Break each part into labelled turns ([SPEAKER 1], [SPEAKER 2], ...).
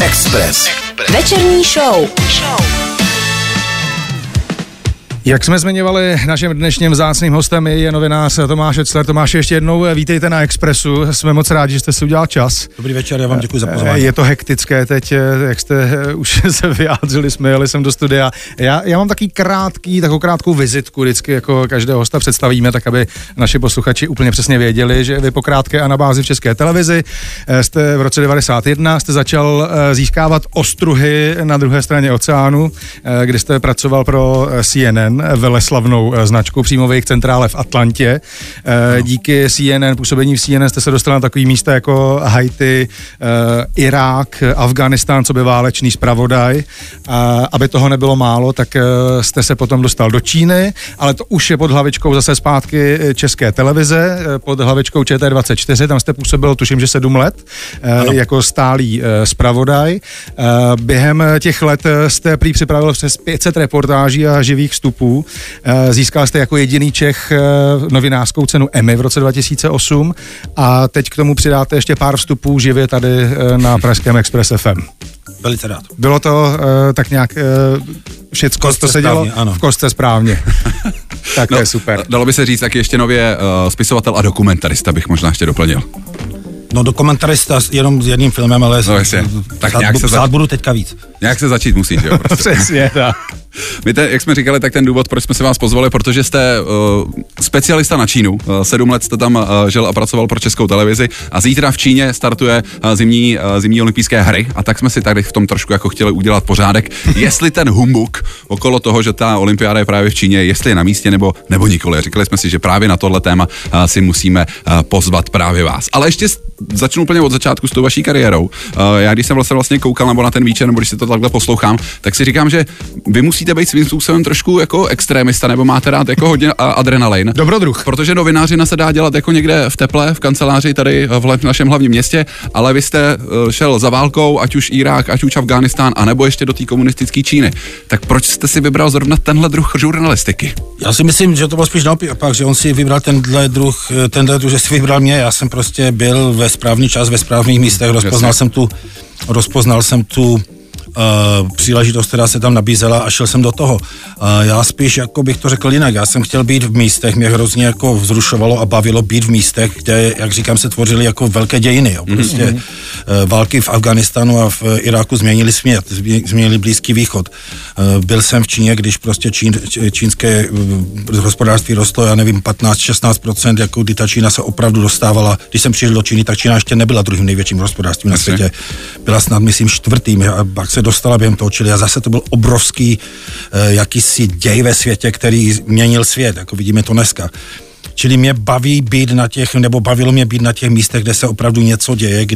[SPEAKER 1] Express.
[SPEAKER 2] Večerní show.
[SPEAKER 3] Jak jsme zmiňovali, naším dnešním vzácným hostem je novinář Tomáš Etzler. Tomáš, ještě jednou vítejte na Expressu. Jsme moc rádi, že jste si udělal čas.
[SPEAKER 4] Dobrý večer, já vám děkuji za pozvání.
[SPEAKER 3] Je to hektické teď, jak jste už se vyjádřili, jsme jeli sem do studia. Já mám takovou krátkou vizitku, vždycky jako každého hosta představíme, tak aby naši posluchači úplně přesně věděli, že vy po krátké anabázi v České televizi jste v roce 1991 jste začal získávat ostruhy na druhé straně oceánu, kdy jste pracoval pro CNN, veleslavnou značku, přímo v jejich centrále v Atlantě. Díky CNN, působení v CNN jste se dostal na takový místa jako Haiti, Irák, Afghánistán, co by válečný zpravodaj. Aby toho nebylo málo, tak jste se potom dostal do Číny, ale to už je pod hlavičkou zase zpátky České televize, pod hlavičkou ČT24, tam jste působil, tuším, že 7 let, jako stálý zpravodaj. Během těch let jste prý připravil přes 500 reportáží a živých vstupů. Získal jste jako jediný Čech novinářskou cenu Emmy v roce 2008 a teď k tomu přidáte ještě pár vstupů živě tady na pražském Express FM.
[SPEAKER 4] Velice rád.
[SPEAKER 3] Bylo to tak nějak všecko, to se dělo v kostce správně. Tak to je super.
[SPEAKER 5] Dalo by se říct taky ještě nově spisovatel a dokumentarista bych možná ještě doplnil.
[SPEAKER 4] No dokumentarista jenom s jedním filmem, ale psát budu teďka víc.
[SPEAKER 5] Nějak se začít musí, že jo? Prostě.
[SPEAKER 3] Přesně, tak.
[SPEAKER 5] Jak jsme říkali, tak ten důvod, proč jsme si vás pozvali, protože jste specialista na Čínu. 7 let jste tam žil a pracoval pro Českou televizi a zítra v Číně startuje zimní olympijské hry a tak jsme si tady v tom trošku jako chtěli udělat pořádek, jestli ten humbuk okolo toho, že ta olympiáda je právě v Číně, jestli je na místě nebo nikoli. Říkali jsme si, že právě na tohle téma si musíme pozvat právě vás. Ale ještě začnu úplně od začátku s tou vaší kariérou. Já když jsem vlastně koukal nebo na ten víčer, nebo když si to takhle poslouchám, tak si říkám, že vy musíte být svým způsobem trošku jako extrémista, nebo máte rád jako hodně adrenalin.
[SPEAKER 3] Dobrodruh.
[SPEAKER 5] Protože novinářina se dá dělat jako někde v teple, v kanceláři tady v našem hlavním městě, ale vy jste šel za válkou, ať už Irák, ať už Afghánistán, anebo ještě do té komunistické Číny. Tak proč jste si vybral zrovna tenhle druh žurnalistiky?
[SPEAKER 4] Já si myslím, že to bylo spíš naopak, že on si vybral tenhle druh, že si vybral mě. Já jsem prostě byl ve správný čas, ve správných místech, rozpoznal jsem tu příležitost, která se tam nabízela a šel jsem do toho. Já spíš, jako bych to řekl jinak, já jsem chtěl být v místech, mě hrozně jako vzrušovalo a bavilo být v místech, kde, jak říkám, se tvořily jako velké dějiny. Jo. Prostě války v Afghánistánu a v Iráku změnili svět, změnili Blízký východ. Byl jsem v Číně, když prostě čínské hospodářství rostlo, já nevím, 15-16%, jako kdy ta Čína se opravdu dostávala. Když jsem přišel do Číny, tak Čína ještě nebyla druhým největším hospodářstvím na světě. Byla snad, myslím, 4. a pak se dostala během toho, čili a zase to byl obrovský jakýsi děj ve světě, který měnil svět, jako vidíme to dneska. Čili mě baví být na těch, nebo bavilo mě být na těch místech, kde se opravdu něco děje,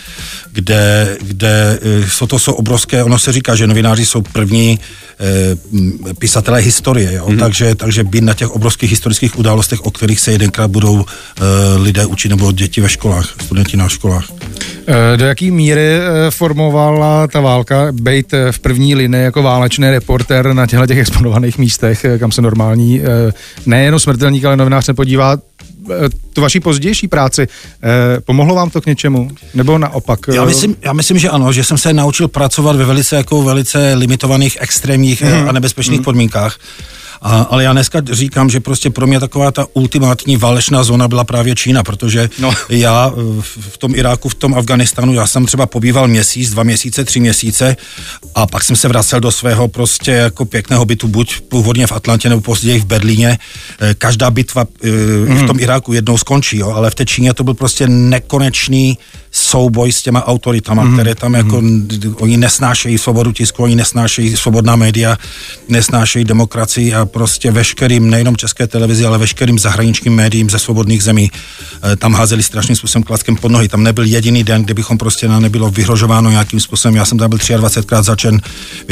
[SPEAKER 4] kde to jsou obrovské, ono se říká, že novináři jsou první pisatelé historie, jo? Takže být na těch obrovských historických událostech, o kterých se jedenkrát budou lidé učit, nebo děti ve školách, studenti na školách.
[SPEAKER 3] Do jaký míry formovala ta válka být v první linii jako válečný reportér na těch exponovaných místech, kam se normální nejenom smrtelník, ale novinář nepodívá? Tu vaší pozdější práci, pomohlo vám to k něčemu? Nebo naopak?
[SPEAKER 4] Já myslím, že ano, že jsem se naučil pracovat ve velice limitovaných, extrémních a nebezpečných podmínkách. Ale já dneska říkám, že prostě pro mě taková ta ultimátní válečná zóna byla právě Čína, protože já v tom Iráku, v tom Afghánistánu, já jsem třeba pobýval měsíc, 2 měsíce, 3 měsíce a pak jsem se vracel do svého prostě jako pěkného bytu, buď původně v Atlantě nebo později v Berlíně. Každá bitva v tom Iráku jednou skončí, jo, ale v té Číně to byl prostě nekonečný souboj s těma autoritama, které tam jako, oni nesnášejí svobodu tisku, oni nesnášejí svobodná média, nesnášejí demokracii a prostě veškerým, nejenom České televizi, ale veškerým zahraničním médiím ze svobodných zemí tam házeli strašným způsobem klackem pod nohy. Tam nebyl jediný den, kdybychom prostě nebylo vyhrožováno nějakým způsobem. Já jsem tam byl 23krát začen,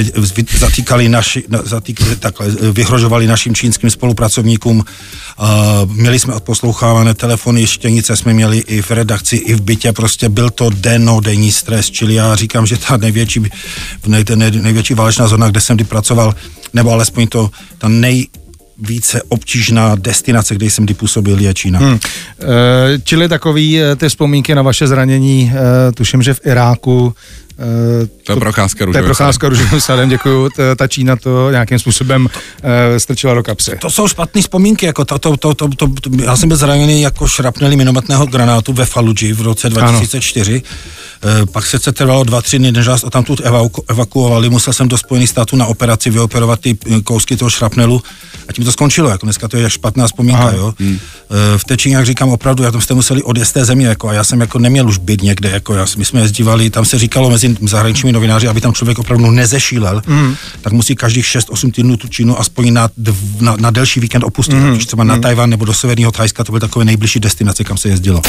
[SPEAKER 4] vyhrožovali našim čínským spolupracovníkům. Měli jsme odposlouchávané telefony, štěnice jsme měli i v redakci, i v bytě, prostě byl to denní stres, čili já říkám, že ta největší válečná zóna, kde jsem kdy pracoval, nebo alespoň ta více obtížná destinace, kde jsem kdy působil, je Čína.
[SPEAKER 3] Čili takový ty vzpomínky na vaše zranění, tuším, že v Iráku,
[SPEAKER 5] To je procházka
[SPEAKER 3] růžovým sadem, děkuju. Ta Čína to nějakým způsobem strčila do kapsy.
[SPEAKER 4] To jsou špatné vzpomínky, jako já jsem byl zraněný jako šrapnely minometného granátu ve Faludži v roce 2004. Pak se trvalo 2-3 dny, než nás odtamtud evakuovali. Musel jsem do Spojených států na operaci vyoperovat ty kousky toho šrapnelu a tím to skončilo. Jako dneska to je špatná vzpomínka, jo. V té Číně, jak říkám, opravdu, já tam jste museli odjet z té země, jako, a já jsem jako neměl už byt někde, jako my jsme jezdívali, tam se říkalo mezi zahraničními novináři, aby tam člověk opravdu nezešílel, tak musí každých 6-8 týdnů tu Čínu aspoň na delší víkend opustit, třeba na Tajvan nebo do severního Thajska, to byly takové nejbližší destinace, kam se jezdilo.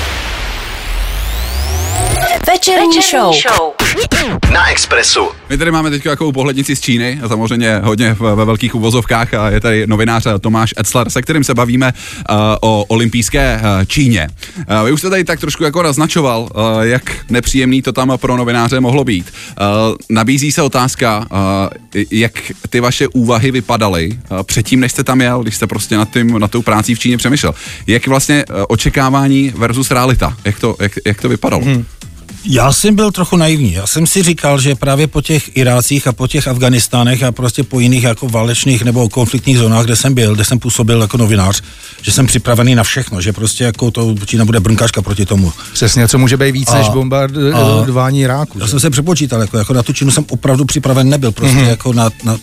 [SPEAKER 1] Večerní show
[SPEAKER 2] na Expressu.
[SPEAKER 5] My tady máme teď takovou pohlednici z Číny, a samozřejmě hodně ve velkých uvozovkách, a je tady novinář Tomáš Etzler, se kterým se bavíme o olympijské Číně. Vy už jste tady tak trošku jako naznačoval, jak nepříjemný to tam pro novináře mohlo být. Nabízí se otázka, jak ty vaše úvahy vypadaly předtím, než jste tam jel, když jste prostě nad tou prácí v Číně přemýšlel. Jak vlastně očekávání versus realita, jak to vypadalo?
[SPEAKER 4] Já jsem byl trochu naivní. Já jsem si říkal, že právě po těch Irácích a po těch Afganistánech a prostě po jiných jako válečných nebo konfliktních zónách, kde jsem působil jako novinář, že jsem připravený na všechno, že prostě jako to Čína bude brnkačka proti tomu.
[SPEAKER 3] Přesně, co může být víc než bombardování Iráku.
[SPEAKER 4] Já jsem se přepočítal, jako na tu Čínu jsem opravdu připraven nebyl, prostě jako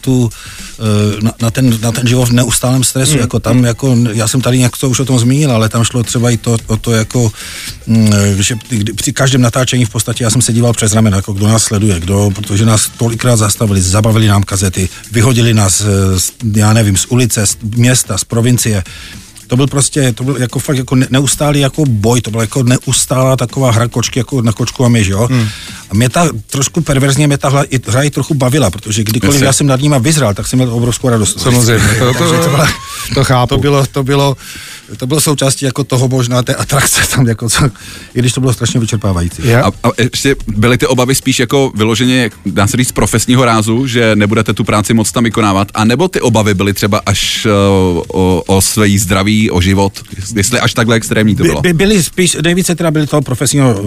[SPEAKER 4] na ten život v neustálém stresu, jako tam, jako já jsem tady nějak to už o tom zmínil, ale tam šlo třeba i o to jako, že při každém natáčení v podstatě já jsem se díval přes ramena, jako kdo nás sleduje, protože nás tolikrát zastavili, zabavili nám kazety, vyhodili nás, já nevím, z ulice, z města, z provincie. To byl jako fakt jako neustálý jako boj, to byla jako neustálá taková hra kočky, jako na kočku a myš, jo. A mě trošku perverzně hra i trochu bavila, protože kdykoliv já jsem nad nima vyzral, tak jsem měl obrovskou radost.
[SPEAKER 3] Samozřejmě, to chápu.
[SPEAKER 4] To bylo součástí jako toho možná té atrakce tam, jako i když to bylo strašně vyčerpávající.
[SPEAKER 5] A ještě byly ty obavy spíš jako vyloženě, dá se říct, profesního rázu, že nebudete tu práci moc tam vykonávat, anebo ty obavy byly třeba až o své zdraví, o život, jestli až takhle extrémní to bylo?
[SPEAKER 4] Byly spíš, nejvíce teda byly toho profesního,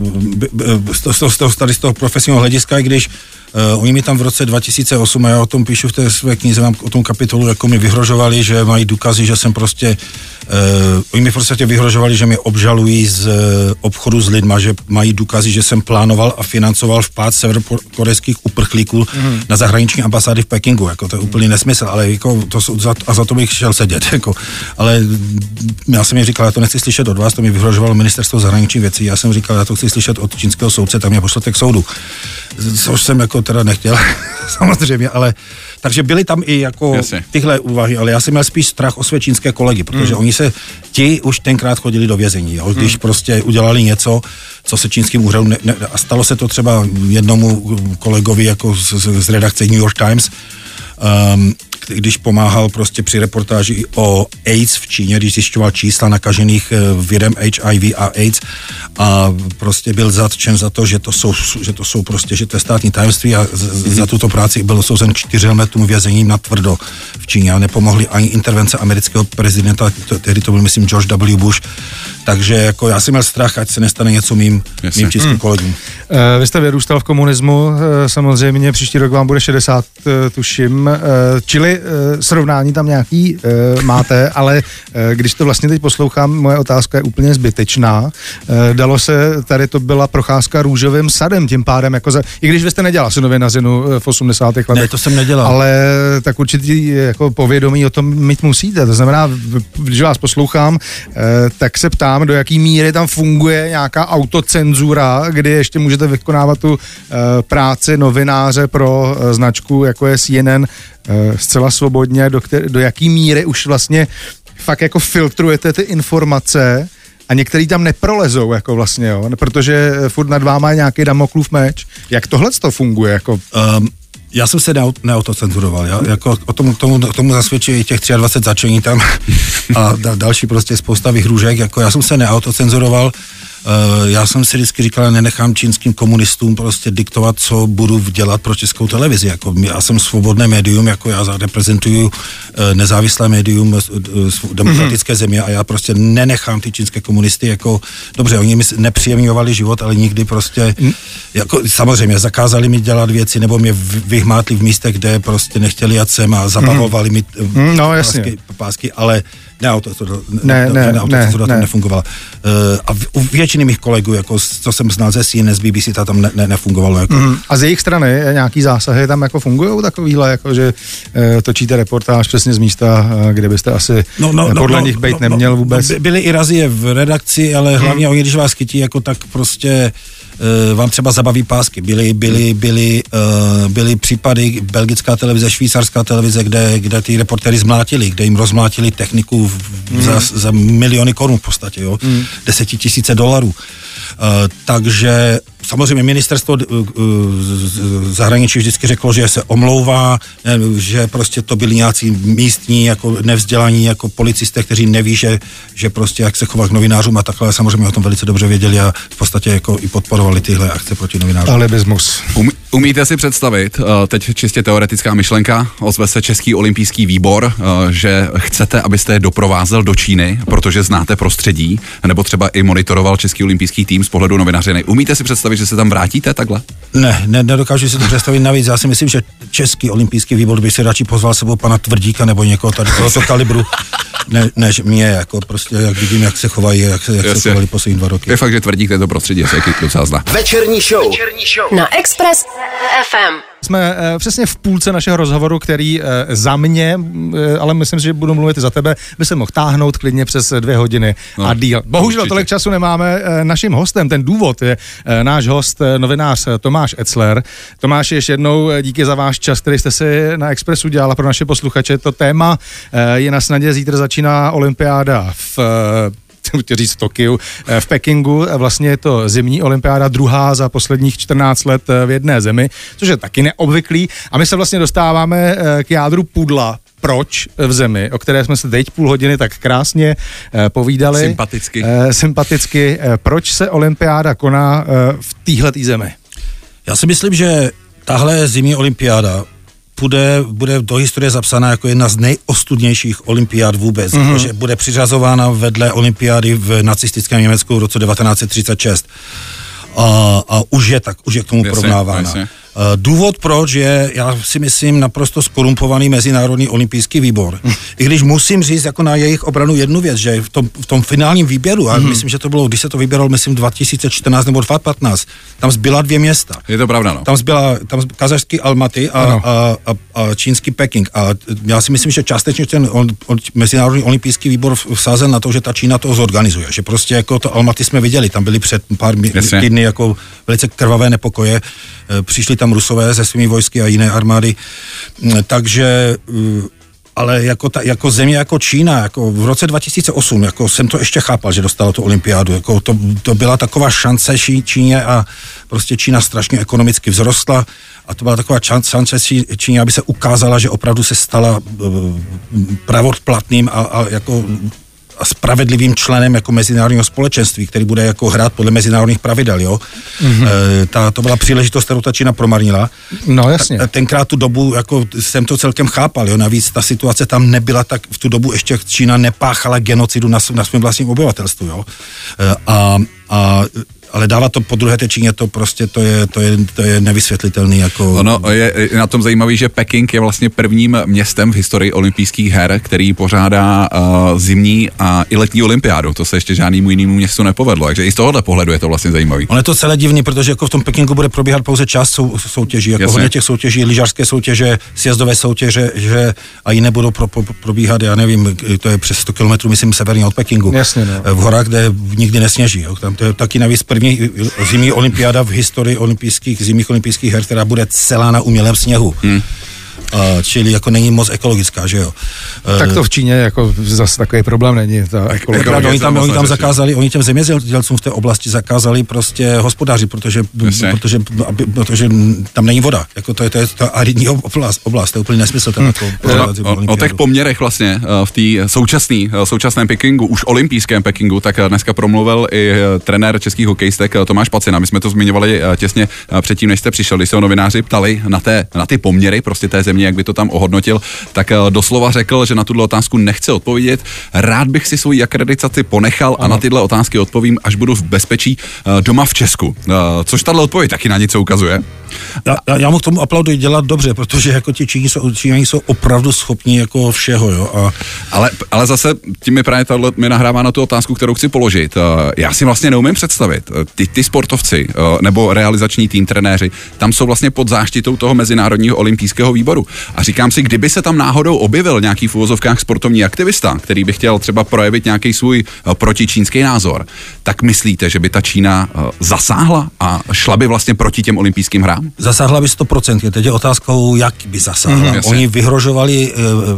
[SPEAKER 4] z toho profesního hlediska, i když oni mi tam v roce 2008, a já o tom píšu v té své knize, mám o tom kapitolu, jako mi vyhrožovali, že mají důkazy, že jsem prostě, oni mi v podstatě vyhrožovali, že mě obžalují z obchodu s lidma, že mají důkazy, že jsem plánoval a financoval vpád severokorejských uprchlíků na zahraniční ambasády v Pekingu, jako to je úplný nesmysl, ale jako za to bych šel sedět, jako, ale já jsem jim říkal, já to nechci slyšet od vás, to mi vyhrožovalo ministerstvo zahraničních věcí, já jsem říkal, já to chci slyšet od čínského soudce, tam mě pošlete k soudu. Což jsem jako teda nechtěl, samozřejmě, ale takže byly tam i jako tyhle úvahy, ale já jsem měl spíš strach o své čínské kolegy, protože ti už tenkrát chodili do vězení, jo, když prostě udělali něco, co se čínským úřadům a stalo se to třeba jednomu kolegovi jako z redakce New York Times, když pomáhal prostě při reportáži o AIDS v Číně, když zjišťoval čísla nakažených virem HIV a AIDS a prostě byl zatčen za to, že to jsou prostě, že to je státní tajemství a za tuto práci byl osouzen 4 letům vězením na tvrdo v Číně a nepomohly ani intervence amerického prezidenta, tehdy to byl myslím George W. Bush, takže jako já jsem měl strach, ať se nestane něco mým čínským kolegům.
[SPEAKER 3] Vy jste vyrůstal v komunismu, samozřejmě příští rok vám bude 60, tuším, čili srovnání tam nějaký máte, ale když to vlastně teď poslouchám, moje otázka je úplně zbytečná. Dalo se, tady to byla procházka růžovým sadem, tím pádem, jako i když vy jste nedělal si novinařinu v 80. letech.
[SPEAKER 4] Ne, to jsem nedělal.
[SPEAKER 3] Ale tak určitý jako povědomí o tom mít musíte. To znamená, když vás poslouchám, tak se ptám, do jaký míry tam funguje nějaká autocenzura, kdy ještě můžete vykonávat tu práci novináře pro značku, jako je CNN, zcela svobodně, do jaký míry už vlastně fakt jako filtrujete ty informace a některý tam neprolezou, jako vlastně, jo, protože furt nad váma je nějaký Damoklův meč. Jak tohle to funguje, jako?
[SPEAKER 4] Já jsem se neautocenzuroval, jako tomu zasvědčí i těch 23 začení tam a další prostě spousta vyhrůžek, jako já jsem se neautocenzuroval, já jsem si vždycky říkal, nenechám čínským komunistům prostě diktovat, co budu dělat pro Českou televizi, jako já jsem svobodné médium, jako já reprezentuju nezávislé médium demokratické země a já prostě nenechám ty čínské komunisty, jako dobře, oni mi nepříjemňovali život, ale nikdy prostě jako samozřejmě zakázali mi dělat věci, nebo mě vyhmátli v místech, kde prostě nechtěli jet sem a zabavovali mi pásky, ale to nefungovalo. A u většiny mých kolegů, jako co jsem znal ze CNN, z BBC, to tam nefungovalo. Jako.
[SPEAKER 3] A z jejich strany nějaký zásahy tam jako fungujou takovýhle, jako že točíte reportáž přesně z místa, kde byste asi podle nich být neměl vůbec?
[SPEAKER 4] Byly i razie v redakci, ale hlavně oni, když vás chytí, jako tak prostě vám třeba zabaví pásky. Byly případy, belgická televize, švýcarská televize, kde ty reportéry zmlátili, kde jim rozmlátili techniku za miliony korun v podstatě, jo? $10,000. Takže samozřejmě ministerstvo zahraničí vždycky řeklo, že se omlouvá, že prostě to byli nějací místní, jako nevzdělaní, jako policisté, kteří neví, že prostě jak se chovat k novinářům a takhle, samozřejmě o tom velice dobře věděli a v podstatě jako i podporovali tyhle akce proti novinářům.
[SPEAKER 3] Alibismus.
[SPEAKER 5] Umíte si představit, teď čistě teoretická myšlenka, ozve se Český olympijský výbor, že chcete, abyste je doprovázel do Číny, protože znáte prostředí, nebo třeba i monitoroval Český olympijský tým z pohledu novinařiny. Umíte si představit, že se tam vrátíte takhle?
[SPEAKER 4] Ne, nedokážu si to představit. Navíc já si myslím, že Český olympijský výbor by si radši pozval sebou pana Tvrdíka nebo někoho tady tohoto kalibru, než mě, jako prostě, jak vidím, jak se chovají, jak se chovali poslední 2 roky.
[SPEAKER 5] Je fakt, že Tvrdík to prostředí se docela zná.
[SPEAKER 2] Večerní show
[SPEAKER 1] na Express FM.
[SPEAKER 3] Jsme přesně v půlce našeho rozhovoru, který za mě, ale myslím si, že budu mluvit i za tebe, by se mohl táhnout klidně přes 2 hodiny a díl. Bohužel určitě. Tolik času nemáme. Naším hostem, ten důvod je náš host, novinář Tomáš Etzler. Tomáš, ještě jednou díky za váš čas, který jste si na Expressu dělala pro naše posluchače. To téma je na snadě, zítra začíná olympiáda v Tokiu, v Pekingu. Vlastně je to zimní olympiáda, druhá za posledních 14 let v jedné zemi, což je taky neobvyklý. A my se vlastně dostáváme k jádru pudla. Proč v zemi, o které jsme se teď půl hodiny tak krásně povídali. Sympaticky. Proč se olympiáda koná v téhletý zemi?
[SPEAKER 4] Já si myslím, že tahle zimní olympiáda bude do historie zapsána jako jedna z nejostudnějších olympiád vůbec, protože bude přiřazována vedle olympiády v nacistickém Německu v roce 1936. A už je k tomu porovnávána. Důvod, proč je, já si myslím, naprosto skorumpovaný Mezinárodní olympijský výbor. I když musím říct jako na jejich obranu jednu věc, že v tom finálním výběru, a myslím, že to bylo, když se to vybíralo, myslím 2014 nebo 2015, tam zbyla 2 města.
[SPEAKER 5] Je to pravda, no.
[SPEAKER 4] Tam kazašský Almaty a čínský Peking. A já si myslím, že částečně ten Mezinárodní olympijský výbor vsázel na to, že ta Čína to zorganizuje. Že prostě jako to Almaty jsme viděli, tam byli před pár týdny jako velice krvavé nepokoje. Přišli tam Rusové se svými vojsky a jiné armády, takže ale jako země jako Čína, jako v roce 2008, jako jsem to ještě chápal, že dostalo tu olympiádu, jako to byla taková šance Číně a prostě Čína strašně ekonomicky vzrostla a to byla taková šance Číně, aby se ukázala, že opravdu se stala pravoplatným a jako a spravedlivým členem jako mezinárodního společenství, který bude jako hrát podle mezinárodních pravidel, jo. To byla příležitost, kterou ta Čína promarnila.
[SPEAKER 3] No jasně.
[SPEAKER 4] Tenkrát tu dobu, jako jsem to celkem chápal, jo. Navíc ta situace tam nebyla tak, v tu dobu ještě Čína nepáchala genocidu na svém vlastním obyvatelstvu, jo. Ale dávat to po druhé té Číně, to prostě, to je nevysvětlitelný, jako...
[SPEAKER 5] Ono je na tom zajímavý, že Peking je vlastně prvním městem v historii olympijských her, který pořádá zimní a i letní olympiádu. To se ještě žádnému jinému městu nepovedlo, takže i z tohohle pohledu je to vlastně zajímavý.
[SPEAKER 4] Ono je to celé divný, protože jako v tom Pekingu bude probíhat pouze část soutěží, jako hodně těch soutěží, lyžařské soutěže, sjezdové soutěže, a jiné budou probíhat, já nevím, to je přes 100 kilometrů, myslím, severně od Pekingu.
[SPEAKER 3] Jasně, no.
[SPEAKER 4] V horách, kde nikdy nesněží, jo. Tam to je taky navíc první zimní olympiáda v historii zimních olympijských her, která bude celá na umělém sněhu. Čili jako není moc ekologická, že jo.
[SPEAKER 3] Tak to v Číně jako zase takový problém není.
[SPEAKER 4] Oni tam zakázali, oni těm zemědělcům v té oblasti zakázali prostě hospodáři, protože tam není voda. Jako to je ta aridní oblast, to je úplně nesmysl.
[SPEAKER 5] O těch poměrech vlastně v té současném Pekingu, už olympijském Pekingu, tak dneska promluvil i trenér českých hokejistek Tomáš Pacina. My jsme to zmiňovali těsně předtím, než jste přišel, když se ho novináři ptali na ty poměry prostě té země sportovně, jak by to tam ohodnotil, tak doslova řekl, že na tuhle otázku nechce odpovědět. Rád bych si svoji akreditaci ponechal a na tyhle otázky odpovím, až budu v bezpečí doma v Česku. Což tahle odpověď taky na něco ukazuje.
[SPEAKER 4] Já mu k tomu aplauduji, dělat dobře, protože jako ti Číňani jsou opravdu schopní jako všeho, jo.
[SPEAKER 5] Ale zase tím mi právě mi nahrává na tu otázku, kterou chci položit. Já si vlastně neumím představit. Ty sportovci nebo realizační tým trenéři, tam jsou vlastně pod záštitou toho Mezinárodního olympijského výboru. A říkám si, kdyby se tam náhodou objevil nějaký v uvozovkách sportovní aktivista, který by chtěl třeba projevit nějaký svůj protičínský názor, tak myslíte, že by ta Čína zasáhla a šla by vlastně proti těm olympijským hrám?
[SPEAKER 4] Zasáhla by 100%. Teď je otázkou, jak by zasáhla. Oni vyhrožovali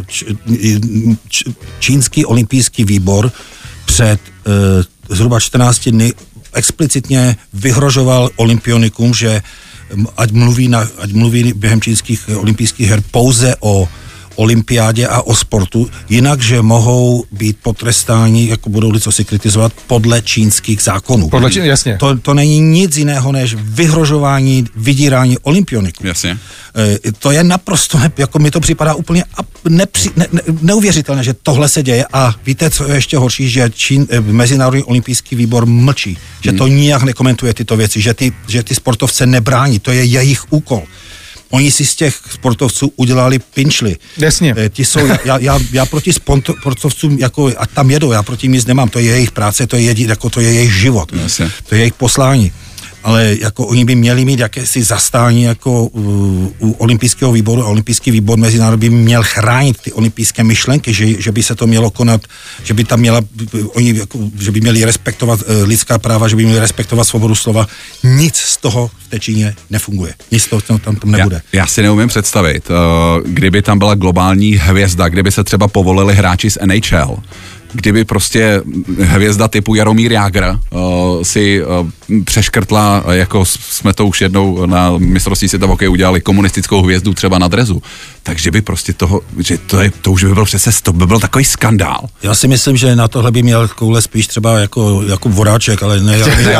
[SPEAKER 4] čínský olympijský výbor před zhruba 14 dny, explicitně vyhrožoval olympionikům, že ať mluví během čínských olympijských her pouze o olympiádě a o sportu, jinak, že mohou být potrestáni, jako budou-li co si kritizovat, podle čínských zákonů.
[SPEAKER 3] Jasně.
[SPEAKER 4] To není nic jiného, než vyhrožování, vydírání olympioniků.
[SPEAKER 5] Jasně.
[SPEAKER 4] To je naprosto, jako mi to připadá úplně neuvěřitelné, že tohle se děje a víte, co je ještě horší, že Mezinárodní olympijský výbor mlčí, že to nijak nekomentuje tyto věci, že ty sportovce nebrání, to je jejich úkol. Oni si z těch sportovců udělali pinčly.
[SPEAKER 3] Jasně.
[SPEAKER 4] Ti jsou, já proti sportovcům, jako, a tam jedou, já proti nic nemám, to je jejich práce, to je jejich život,
[SPEAKER 5] Jasně.
[SPEAKER 4] To je jejich poslání. Ale jako oni by měli mít jakési zastání jako u olympijského výboru a olympijský výbor mezinárodní by měl chránit ty olympijské myšlenky, že by se to mělo konat, že by tam že by měli respektovat lidská práva, že by měli respektovat svobodu slova. Nic z toho v té Číně nefunguje. Nic z toho tam nebude.
[SPEAKER 5] Já si neumím představit, kdyby tam byla globální hvězda, kdyby se třeba povolili hráči z NHL, kdyby prostě hvězda typu Jaromír Jágr si přeškrtla, jako jsme to už jednou na mistrovství světa v hokeji udělali, komunistickou hvězdu třeba na drezu, takže by prostě to už by byl přece, to by byl takový skandál.
[SPEAKER 4] Já si myslím, že na tohle by měl koule spíš třeba jako Voráček, ale ne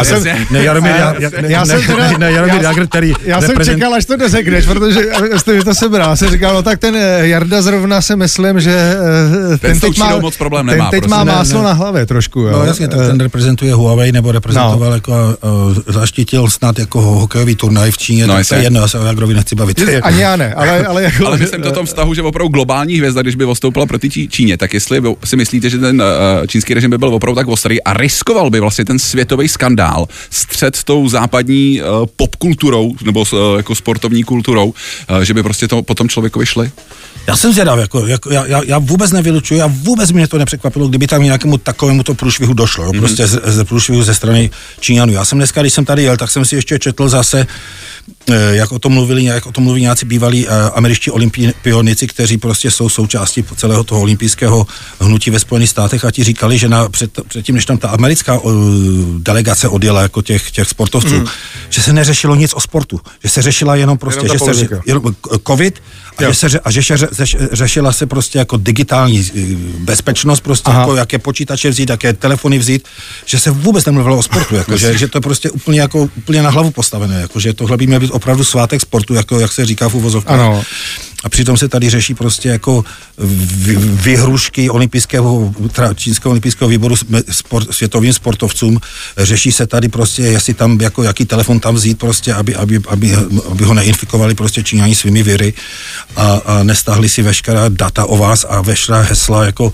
[SPEAKER 4] Jaromír Jágr, který
[SPEAKER 3] Já jsem čekal, až to neřekneš, protože jste mi to sebral. Já jsem říkal, no tak ten Jarda zrovna si myslím, že
[SPEAKER 5] ten teď má moc problém nemá.
[SPEAKER 3] Teď má máslo na hlavě trošku. Jo.
[SPEAKER 4] No jasně, tak ten reprezentuje Huawei, nebo reprezentoval jako zaštítil snad jako hokejový turnaj v Číně, tak to je jedno, já se o Jágrovi nechci bavit.
[SPEAKER 3] Ani já ne, ale jako...
[SPEAKER 5] Ale myslím to tom vztahu, že opravdu globální hvězda, když by odstoupila proti Číně, tak jestli si myslíte, že ten čínský režim by byl opravdu tak ostrý a riskoval by vlastně ten světový skandál, střet s tou západní popkulturou nebo jako sportovní kulturou, že by prostě to potom člověkovi šli?
[SPEAKER 4] Já jsem zvědav, já vůbec nevylučuji a vůbec mě to nepřekvapilo, kdyby tam nějakému takovému to průšvihu došlo, prostě z průšvihu ze strany Číňanů. Já jsem dneska, když jsem tady jel, tak jsem si ještě četl zase, jak o tom mluví nějací bývalí američtí olympionici, kteří prostě jsou součástí celého toho olympijského hnutí ve Spojených státech a ti říkali, že předtím, než tam ta americká delegace odjela jako těch sportovců, že se neřešilo nic o sportu, že se řešila jenom prostě, jenom covid a že se řešila se prostě jako digitální bezpečnost, prostě jako jaké počítače vzít, jaké telefony vzít, že se vůbec nemluvilo o sportu, jako, že to je prostě úplně na hlavu postavené, jako, že tohle by měl být opravdu svátek sportu, jako jak se říká v uvozovkách.
[SPEAKER 3] Ano.
[SPEAKER 4] A přitom se tady řeší prostě jako vyhrušky čínského olympijského výboru světovým sportovcům. Řeší se tady prostě, jestli tam jako jaký telefon tam vzít prostě, aby ho neinfikovali prostě Číňani svými viry a nestáhli si veškerá data o vás a veškerá hesla, jako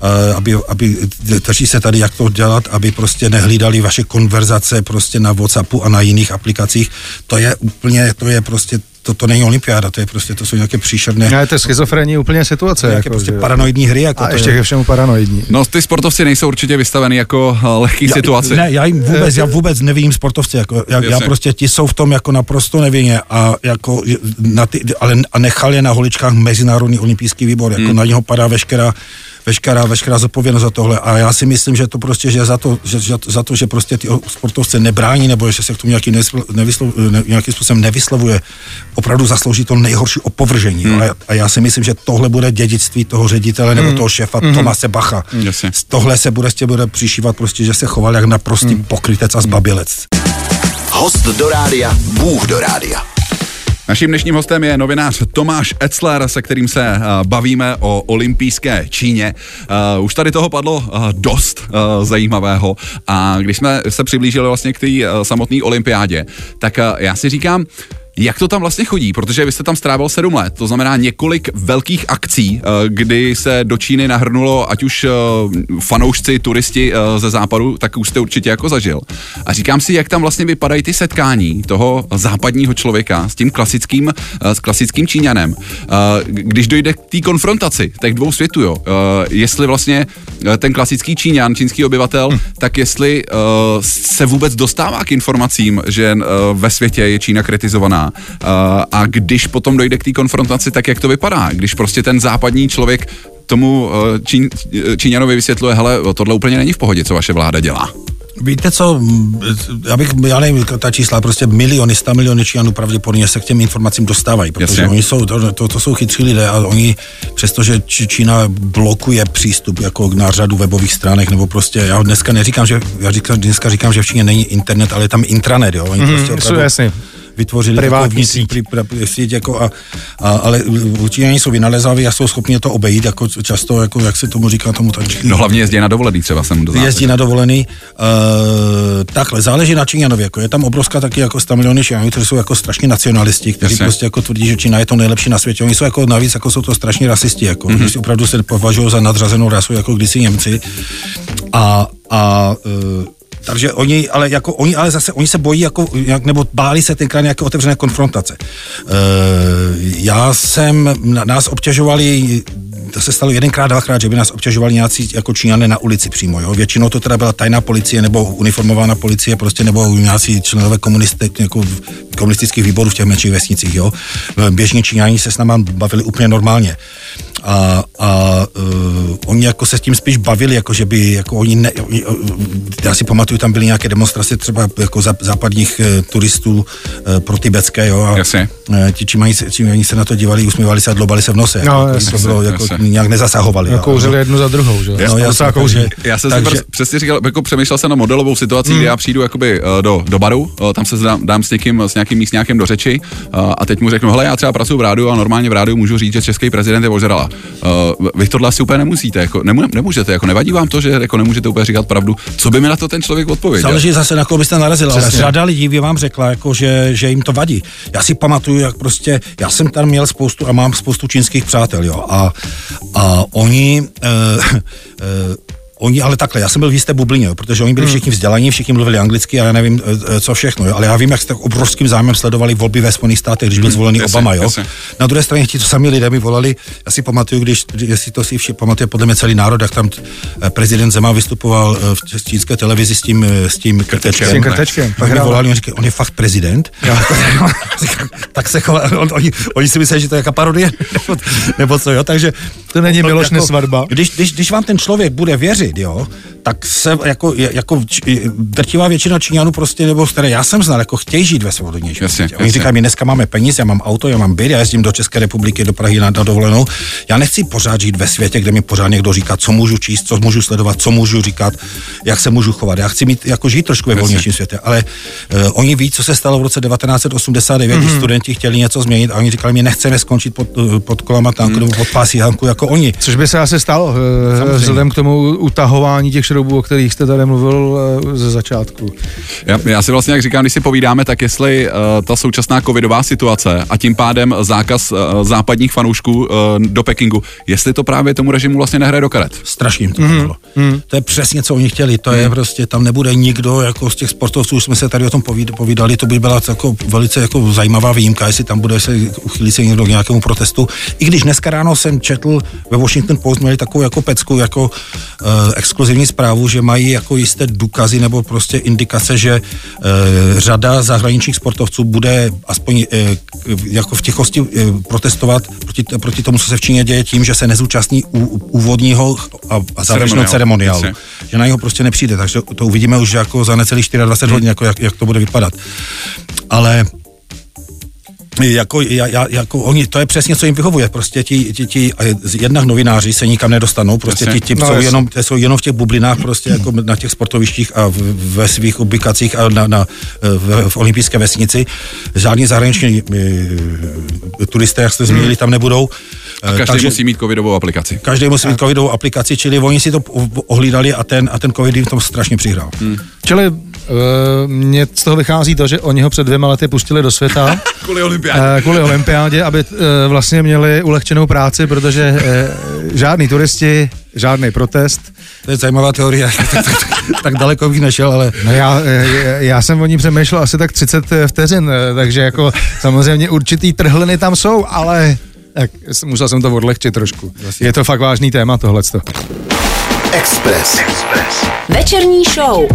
[SPEAKER 4] aby drží se tady, jak to dělat, aby prostě nehlídali vaše konverzace prostě na WhatsAppu a na jiných aplikacích. To je prostě to není olympiáda, to jsou nějaké příšerné...
[SPEAKER 3] Ne, to je schizofrenní úplně situace.
[SPEAKER 4] Nějaké prostě paranoidní hry. Jako
[SPEAKER 3] a ještě ke všemu paranoidní.
[SPEAKER 5] No, ty sportovci nejsou určitě vystaveni jako lehký situaci.
[SPEAKER 4] Ne, já vůbec nevím sportovci, jako, já prostě ti jsou v tom jako naprosto nevinně a jako a nechal je na holičkách Mezinárodní olympijský výbor, jako na něho padá veškerá zodpovědnost za tohle a já si myslím, že to prostě, že za to, že prostě ty sportovce nebrání nebo že se k tomu nějakým způsobem nevyslovuje, opravdu zaslouží to nejhorší opovržení. A já si myslím, že tohle bude dědictví toho ředitele nebo toho šéfa Tomase Bacha. Z tohle se bude přišívat prostě, že se choval jak naprostý pokrytec a zbabilec.
[SPEAKER 2] Host do rádia, Bůh do rádia.
[SPEAKER 5] Naším dnešním hostem je novinář Tomáš Etzler, se kterým se bavíme o olympijské Číně. Už tady toho padlo dost zajímavého a když jsme se přiblížili vlastně k té samotné olympiádě, tak já si říkám, jak to tam vlastně chodí, protože vy jste tam strávil 7 let, to znamená několik velkých akcí, kdy se do Číny nahrnulo ať už fanoušci, turisti ze západu, tak už jste určitě jako zažil. A říkám si, jak tam vlastně vypadají ty setkání toho západního člověka s tím klasickým Číňanem, když dojde k té konfrontaci těch dvou světů, jo. Jestli vlastně ten klasický Číňan, čínský obyvatel, tak jestli se vůbec dostává k informacím, že ve světě je Čína kritizovaná. A když potom dojde k té konfrontaci, tak jak to vypadá? Když prostě ten západní člověk tomu Číňanovi vysvětluje, hele, tohle úplně není v pohodě, co vaše vláda dělá.
[SPEAKER 4] Víte co, já nevím, ta čísla, prostě miliony, 100 miliony Číňanů pravděpodobně se k těm informacím dostávají, protože oni jsou, to jsou chytří lidé a oni, přestože Čína blokuje přístup jako na řadu webových stránek, nebo prostě, já dneska říkám, že v Číně není internet, ale je tam intranet, jo, oni prostě opravdu vytvořili
[SPEAKER 3] privátní
[SPEAKER 4] síť jako ale Číňani jsou vynalezaví a jsou schopni to obejít, jako často, jako jak se tomu říká tomu tak.
[SPEAKER 5] No hlavně jezdí na dovolený, třeba jsem doznáte.
[SPEAKER 4] Jezdí na dovolený. Takhle, záleží na Číňanovi, jako je tam obrovská taky jako 100 miliony Číňanů, kteří jsou jako strašní nacionalisti, kteří prostě jako tvrdí, že Čína je to nejlepší na světě. Oni jsou jako navíc, jako jsou to strašní rasisti, jako oni si opravdu se považují za nadřazenou rasu, jako kdysi Němci. Takže oni zase se bojí, nebo báli se tenkrát nějaké otevřené konfrontace. Nás obtěžovali, to se stalo 1krát, 2krát, že by nás obtěžovali nějací jako Číňané na ulici přímo, jo. Většinou to teda byla tajná policie nebo uniformovaná policie, prostě nebo nějací členové komunistických výborů v těch menších vesnicích, jo. Běžní Číňani se s náma bavili úplně normálně. Oni jako se s tím spíš bavili, jako že by, jako já si pamatuju, tam byly nějaké demonstrace třeba jako západních turistů pro tibetské, jo, a ti Číňani se na to dívali, usmívali se a dlobali se v nose, to bylo, jako nějak nezasahovali.
[SPEAKER 3] No, kouřili jednu za druhou, že?
[SPEAKER 5] Já jsem si přesně říkal, jako přemýšlel jsem na modelovou situaci, kdy já přijdu jakoby do baru, tam se dám s nějakým místňákem do řeči a teď mu řeknu, hele, já třeba pracuji v rádiu a normálně v rádiu můžu říct, že český prezident je ožrala. Vy tohle asi úplně nemusíte, jako nemůžete, jako nevadí vám to, že jako nemůžete úplně říkat pravdu. Co by mi na to ten člověk odpověděl?
[SPEAKER 4] Záleží zase, na koho byste narazil, ale řada lidí by vám řekla, jako, že jim to vadí. Já si pamatuju, jak prostě, já jsem tam měl mám spoustu čínských přátel, jo, a oni, ale takhle, já jsem byl v jisté bublině, jo, protože oni byli všichni vzdělaní, všichni mluvili anglicky a já nevím, co všechno, jo, ale já vím, jak jste obrovským zájmem sledovali volby ve Spojených státech, když byl zvolený Obama, jo. Na druhé straně ti to sami lidé mi volali, já si pamatuju, jestli to si pamatuje podle mě celý národ, jak tam prezident Zeman vystupoval v čínské televizi s tím Krtečkem. Pak mi volali, oni říkali, on je fakt prezident. Tak se chová, oni si myslí, že to je jaká parodie, nebo co, jo, takže
[SPEAKER 3] to není Miloš Nesvadba.
[SPEAKER 4] Když vám ten člověk bude věřit, jo, tak se jako drtivá většina Číňanů prostě, nebo které já jsem znal, jako chtějí žít ve svobodnějším světě. Oni říkají, my dneska máme peníze, já mám auto, já mám byt, já jezdím do České republiky, do Prahy na dovolenou. Já nechci pořád žít ve světě, kde mi pořád někdo říká, co můžu číst, co můžu sledovat, co můžu říkat, jak se můžu chovat. Já chci mít, jako žít trošku ve volnějším světě, ale oni ví, co se stalo v roce 1989, kdy studenti chtěli něco změnit a oni říkali, my nechceme skončit pod kolama tanku nebo pod pásí tanku jako oni.
[SPEAKER 3] Což by se asi stalo, vzhledem k tomu utahování těch šroubů, o kterých jste tady mluvil ze začátku.
[SPEAKER 5] Já si vlastně, jak říkám, když si povídáme, tak jestli ta současná covidová situace a tím pádem zákaz západních fanoušků do Pekingu, jestli to právě tomu režimu vlastně nehraje do karet.
[SPEAKER 4] Strašně to bylo. To je přesně, co oni chtěli, to je prostě, tam nebude nikdo, jako z těch sportovců, už jsme se tady o tom povídali, to by byla jako velice jako zajímavá výjimka, jestli tam bude se uchylit se někdo k nějakému protestu. I když dneska ráno jsem četl ve Washington Post, měli takovou jako pecku, jako exkluzivní zprávu, že mají jako jisté důkazy nebo prostě indikace, že řada zahraničních sportovců bude aspoň jako v tichosti protestovat proti tomu, co se v Číně děje, tím, že se nezúčastní úvodního a závěrečného ceremoniálu. Že na něho prostě nepřijde, takže to uvidíme už jako za necelých 24 hodin, jako jak to bude vypadat. Ale Jako oni, to je přesně, co jim vyhovuje. Prostě ti jednak novináři se nikam nedostanou, prostě ti jsou jenom v těch bublinách, prostě jako na těch sportovištích a ve svých ubikacích a v olympijské vesnici. Žádní zahraniční turisté, jak jste zmínili, tam nebudou.
[SPEAKER 5] A každý musí mít covidovou aplikaci.
[SPEAKER 4] Každý musí mít covidovou aplikaci, čili oni si to ohlídali a ten covid jim v tom strašně přihrál.
[SPEAKER 3] Čili mně z toho vychází to, že oni ho před 2 lety pustili do světa. Kvůli olympiádě, aby vlastně měli ulehčenou práci, protože žádný turisti, žádný protest.
[SPEAKER 4] To je zajímavá teorie, tak daleko bych nešel, ale...
[SPEAKER 3] No já jsem o ní přemýšlel asi tak 30 vteřin, takže jako samozřejmě určitý trhliny tam jsou, ale tak musel jsem to odlehčit trošku. Je to fakt vážný téma tohleto.
[SPEAKER 2] Express.
[SPEAKER 1] Večerní show.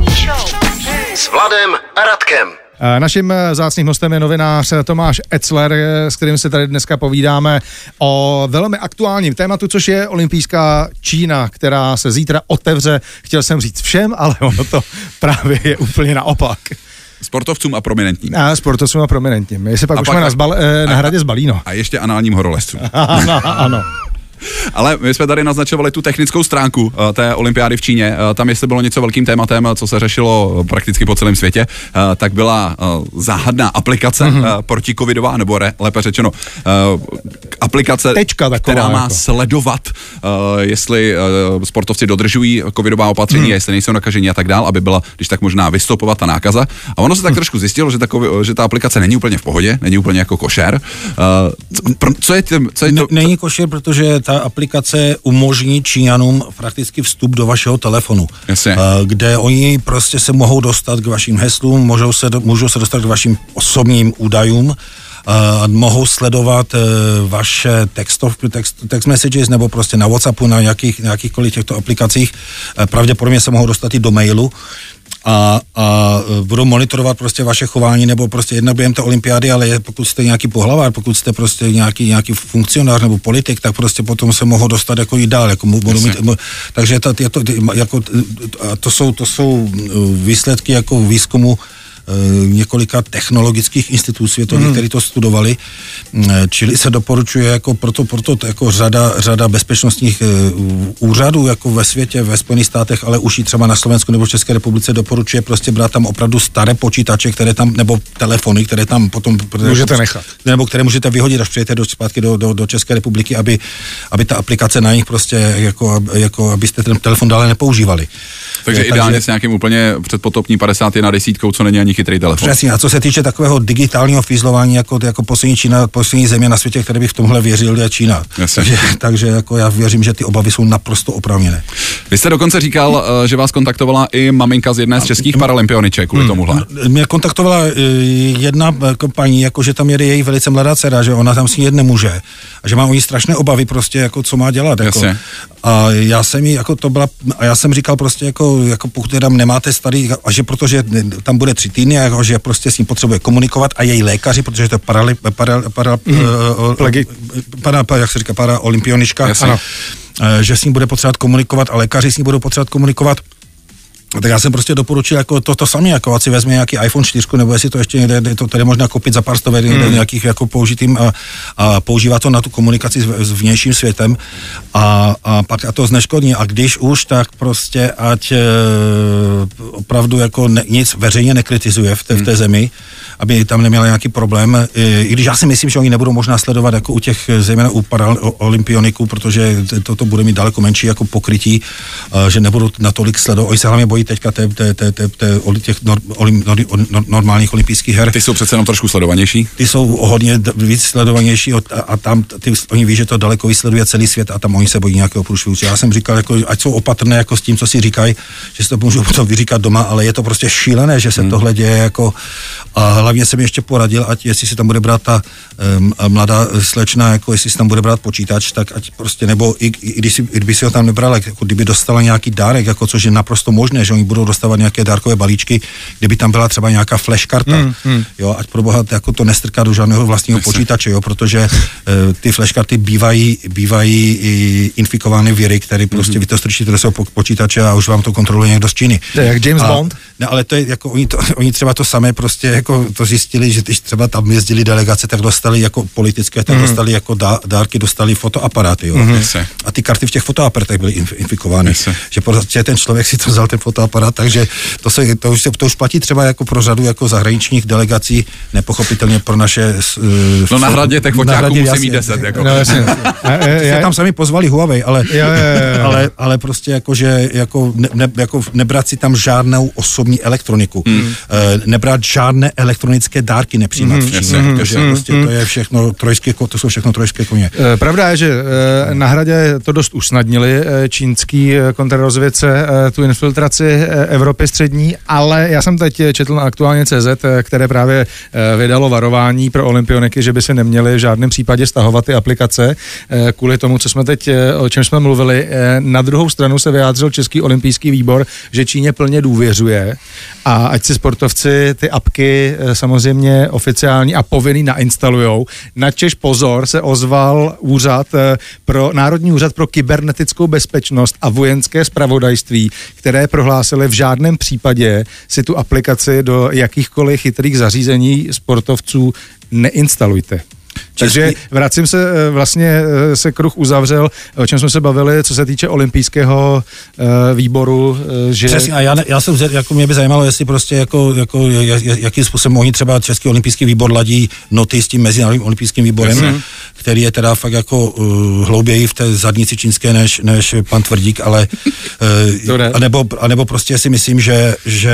[SPEAKER 2] S Vladem a Radkem.
[SPEAKER 3] Naším vzácným hostem je novinář Tomáš Etzler, s kterým se tady dneska povídáme o velmi aktuálním tématu, což je olympijská Čína, která se zítra otevře, chtěl jsem říct všem, ale ono to právě je úplně naopak.
[SPEAKER 5] Sportovcům a prominentním.
[SPEAKER 3] Sportovcům a prominentním. Jestli pak už jsme na hradě z Balíno.
[SPEAKER 5] A ještě análním horolezcům.
[SPEAKER 3] Ano.
[SPEAKER 5] Ale my jsme tady naznačovali tu technickou stránku té olympiády v Číně. Tam, jestli bylo něco velkým tématem, co se řešilo prakticky po celém světě, tak byla záhadná aplikace protikovidová, nebo lépe řečeno aplikace, která má sledovat, jestli sportovci dodržují covidová opatření, jestli nejsou nakažení a tak dál, aby byla, když tak možná, vystopovat ta nákaza. A ono se tak trošku zjistilo, že ta aplikace není úplně v pohodě, není úplně jako košer. Co je to?
[SPEAKER 4] Není košer, protože ta aplikace umožní Číňanům prakticky vstup do vašeho telefonu, kde oni prostě se mohou dostat k vašim heslům, můžou se dostat k vašim osobním údajům, mohou sledovat vaše text messages nebo prostě na WhatsAppu, na jakýchkoliv těchto aplikacích. Pravděpodobně se mohou dostat i do mailu. A budou monitorovat prostě vaše chování, nebo prostě jednak během té olympiády, ale pokud jste nějaký pohlavár, pokud jste prostě nějaký funkcionář nebo politik, tak prostě potom se mohou dostat jako i dál, jako takže to jsou výsledky jako výzkumu několika technologických institucí světových, který to studovali, čili se doporučuje jako proto jako řada bezpečnostních úřadů jako ve světě, ve Spojených státech, ale už i třeba na Slovensku nebo v České republice doporučuje prostě brát tam opravdu staré počítače, které tam, nebo telefony, které tam potom
[SPEAKER 3] můžete nechat.
[SPEAKER 4] Nebo které můžete vyhodit, až přijete zpátky do České republiky, aby ta aplikace na nich prostě jako abyste ten telefon dále nepoužívali.
[SPEAKER 5] Takže ideálně s nějakým úplně předpotopní 51 desítkou, co není ani chytrý telefon.
[SPEAKER 4] Přesně, a co se týče takového digitálního fízlování, jako poslední země na světě, které bych v tomhle věřil, je Čína. Takže jako já věřím, že ty obavy jsou naprosto oprávněné.
[SPEAKER 5] Vy jste dokonce říkal, že vás kontaktovala i maminka z jedné z českých paralympioniček kvůli tomuhle.
[SPEAKER 4] Mě kontaktovala jedna paní, jako že tam jede její velice mladá dcera, že ona tam s ní jet nemůže a že má o ní strašné obavy prostě, jako co má dělat. Jako. A já jsem jí, jako to byla, a já jsem říkal prostě jako pokud tam nemáte starý, a že protože tam bude 3 týdny, jako, že prostě s ním potřebuje komunikovat a její lékaři, protože to je paraolympionička, že s ním bude potřebovat komunikovat a lékaři s ním budou potřebovat komunikovat. Tak já jsem prostě doporučil jako to samé, jako ať si vezme nějaký iPhone 4, nebo jestli to ještě někde, to tady možná koupit za pár stovek nějakých jako použitým a používá to na tu komunikaci s vnějším světem a pak to zneškodní. A když už, tak prostě ať opravdu jako nic veřejně nekritizuje v té zemi, aby tam neměla nějaký problém. I když já si myslím, že oni nebudou možná sledovat jako u těch, zejména u paraolympioniků, protože to bude mít daleko menší jako pokrytí, že nebudou natolik sledovat. Oni se hlavně bojí teďka těch normálních olympijských her.
[SPEAKER 5] Ty jsou přece jenom trošku sledovanější?
[SPEAKER 4] Ty jsou hodně víc sledovanější a tam oni ví, že to daleko vysleduje celý svět a tam oni se bojí nějakého průšvihu. Já jsem říkal, jako, ať jsou opatrné jako s tím, co si říkají, že si to můžou potom vyříkat doma, ale je to prostě šílené, že se tohle děje jako a hlavně jsem ještě poradil, ať jestli si tam bude brát ta mladá slečna, jako jestli si tam bude brát počítač, tak ať prostě, nebo i kdyby si ho tam nebral, jako kdyby dostala nějaký dárek, jako což je naprosto možné, že oni budou dostávat nějaké dárkové balíčky, kdyby tam byla třeba nějaká flashkarta, jo, ať pro boha jako to nestrká do žádného vlastního počítače, jo, protože ty flashkarty bývají infikovány viry, které prostě vy to strčíte do svého počítače a už vám to kontroluje někdo z Číny.
[SPEAKER 3] To je jak James Bond?
[SPEAKER 4] Ne, ale to je jako oni třeba to samé prostě jako to zjistili, že když třeba tam jezdili delegace, tak dostali jako politické, tak dostali jako dárky, dostali fotoaparáty, jo. A ty karty v těch fotoaparatech byly infikovány. Že prostě ten člověk si to vzal ten fotoaparát, takže to už platí třeba jako pro řadu jako zahraničních delegací, nepochopitelně pro naše...
[SPEAKER 5] No na Hradě těch foťáků musí mít 10. Jako.
[SPEAKER 3] No jasně.
[SPEAKER 4] Jste tam sami pozvali Huawei, ale prostě jako, že jako nebrat si tam žádnou osobní elektroniku. Nebrat žádné elektronické dárky, nepřijímat v Číně, protože prostě to je všechno to jsou všechno trojské koně.
[SPEAKER 3] Pravda je, že na Hradě to dost usnadnili čínský kontrarozvědce tu infiltraci Evropy střední, ale já jsem teď četl na aktuálně CZ, které právě vydalo varování pro olympioniky, že by se neměli v žádném případě stahovat ty aplikace kvůli tomu, o čem jsme mluvili. Na druhou stranu se vyjádřil Český olympijský výbor, že Číně plně důvěřuje a ať si sportovci ty apky samozřejmě oficiální a povinný nainstalujou. Načež pozor se ozval Národní úřad pro kybernetickou bezpečnost a vojenské zpravodajství, které prohlásili v žádném případě si tu aplikaci do jakýchkoliv chytrých zařízení sportovců neinstalujte. Takže vracím se, vlastně se kruh uzavřel, o čem jsme se bavili, co se týče olympijského výboru, že...
[SPEAKER 4] Přesně, a já jsem, jako mě by zajímalo, jestli prostě jakým způsobem oni třeba Český olympijský výbor ladí noty s tím Mezinárodním olympijským výborem, který je teda fakt jako hlouběji v té zadnici čínské než pan Tvrdík, ale anebo prostě si myslím, že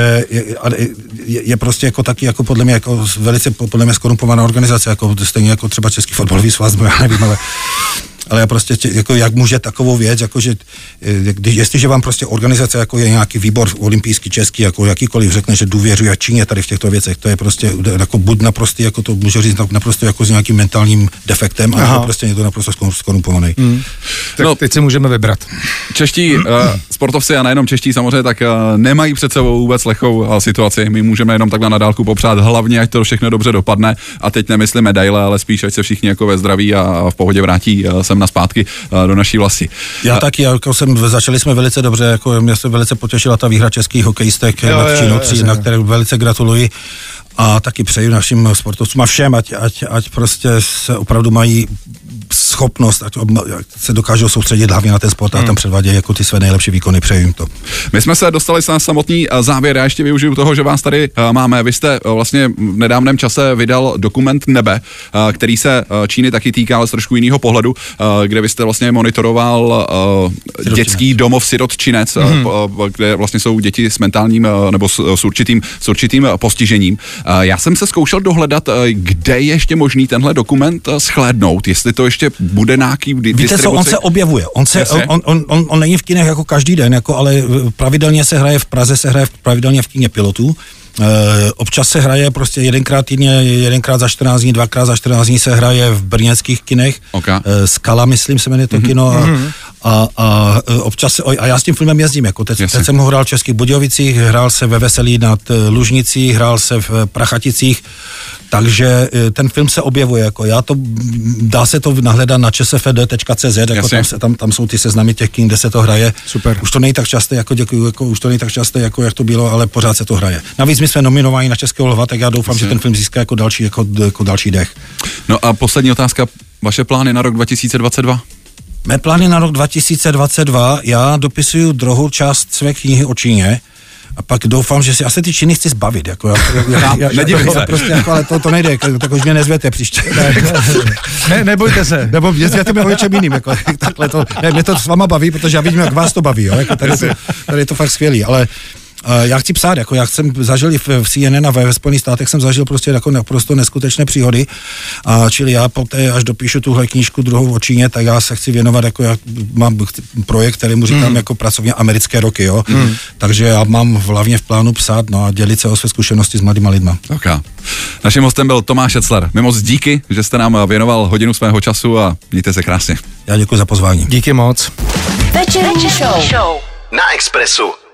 [SPEAKER 4] je prostě jako taky jako podle mě jako velice podle mě skorumpovaná organizace, jako stejně jako třeba Český fotbalový svaz, já nevím, ale já prostě, jako jak může takovou věc, jakože, jestliže vám prostě organizace, jako je nějaký výbor olympijský, český, jako jakýkoliv řekne, že důvěřuje Číně tady v těchto věcech, to je prostě jako buď naprosto, jako to může říct naprosto jako s nějakým mentálním defektem, a prostě někdo naprosto skorumpovaný.
[SPEAKER 3] Tak teď si můžeme vybrat.
[SPEAKER 5] Čeští sportovci a nejenom čeští samozřejmě, tak nemají před sebou vůbec lehkou situaci. My můžeme jenom takhle na dálku popřát hlavně, ať to všechno dobře dopadne, a teď nemyslím medaile, ale spíš ať se všichni jako ve zdraví a v pohodě vrátí sem naspátky do naší vlasti.
[SPEAKER 4] Já taky, jako začali jsme velice dobře, jako mě se velice potěšila ta výhra českých hokejistek nad Čínou 3, na které velice gratuluji. A taky přeji našim sportovcům a všem, ať prostě se opravdu mají schopnost, ať se dokážou soustředit hlavně na ten sport a tam předvádějí jako ty své nejlepší výkony, přeji jim to.
[SPEAKER 5] My jsme se dostali na samotný závěr, já ještě využiju toho, že vás tady máme. Vy jste vlastně v nedávném čase vydal dokument Nebe, který se Číny taky týká, ale z trošku jiného pohledu, kde vy jste vlastně monitoroval dětský domov sirotčinec, kde vlastně jsou děti s mentálním nebo s určitým postižením. Já jsem se zkoušel dohledat, kde je ještě možný tenhle dokument shlédnout, jestli to ještě bude nějaký distribuci.
[SPEAKER 4] Víte co, on se objevuje, on není v kinech jako každý den, jako, ale pravidelně se hraje v Praze, pravidelně v kině Pilotů. Občas se hraje prostě jedenkrát týdně, jedenkrát za 14 dní, dvakrát za 14 dní se hraje v brněnských kinech. Okay. Skala, myslím, se jmenuje to kino a občas a já s tím filmem jezdím, jako teď jsem ho hrál v Českých Budějovicích, hrál se ve Veselí nad Lužnicí, hrál se v Prachaticích, takže ten film se objevuje, jako dá se to nahledat na čsfd.cz, jako tam jsou ty seznamy těch kin, kde se to hraje. Super. Už to není tak časté, už to není tak časté, jako jak to bylo, ale pořád se to hraje. Navíc my jsme nominováni na Českého lva, tak já doufám, že ten film získá jako další dech.
[SPEAKER 5] No a poslední otázka, vaše plány na rok 2022?
[SPEAKER 4] Mé plány na rok 2022, já dopisuju druhou část své knihy o Číně, a pak doufám, že já se ty Číny chci zbavit, jako
[SPEAKER 5] nedivím se.
[SPEAKER 4] Prostě, jako, ale to nejde, tak už mě nezvěte příště.
[SPEAKER 3] Nebojte se.
[SPEAKER 4] Nebo nezvěte mě o něčem jiným, jako, takhle to, mě to s váma baví, protože já vidím, jak vás to baví, jo, jako tady je to fakt skvělý, ale já chci psát, jako já jsem zažil i v CNN a ve Spojených státech jsem zažil prostě jako naprosto neskutečné příhody, čili já poté, až dopíšu tuhle knížku druhou o Číně, tak já se chci věnovat, jako já mám projekt, který mu říkám jako pracovně americké roky, jo, takže já mám hlavně v plánu psát, no a dělit se o své zkušenosti s mladýma lidma.
[SPEAKER 5] Okay. Naším hostem byl Tomáš Etzler. My moc díky, že jste nám věnoval hodinu svého času a mějte se krásně.
[SPEAKER 4] Já děkuji za pozvání.
[SPEAKER 3] Díky moc.
[SPEAKER 1] Večerní show
[SPEAKER 2] na Expressu.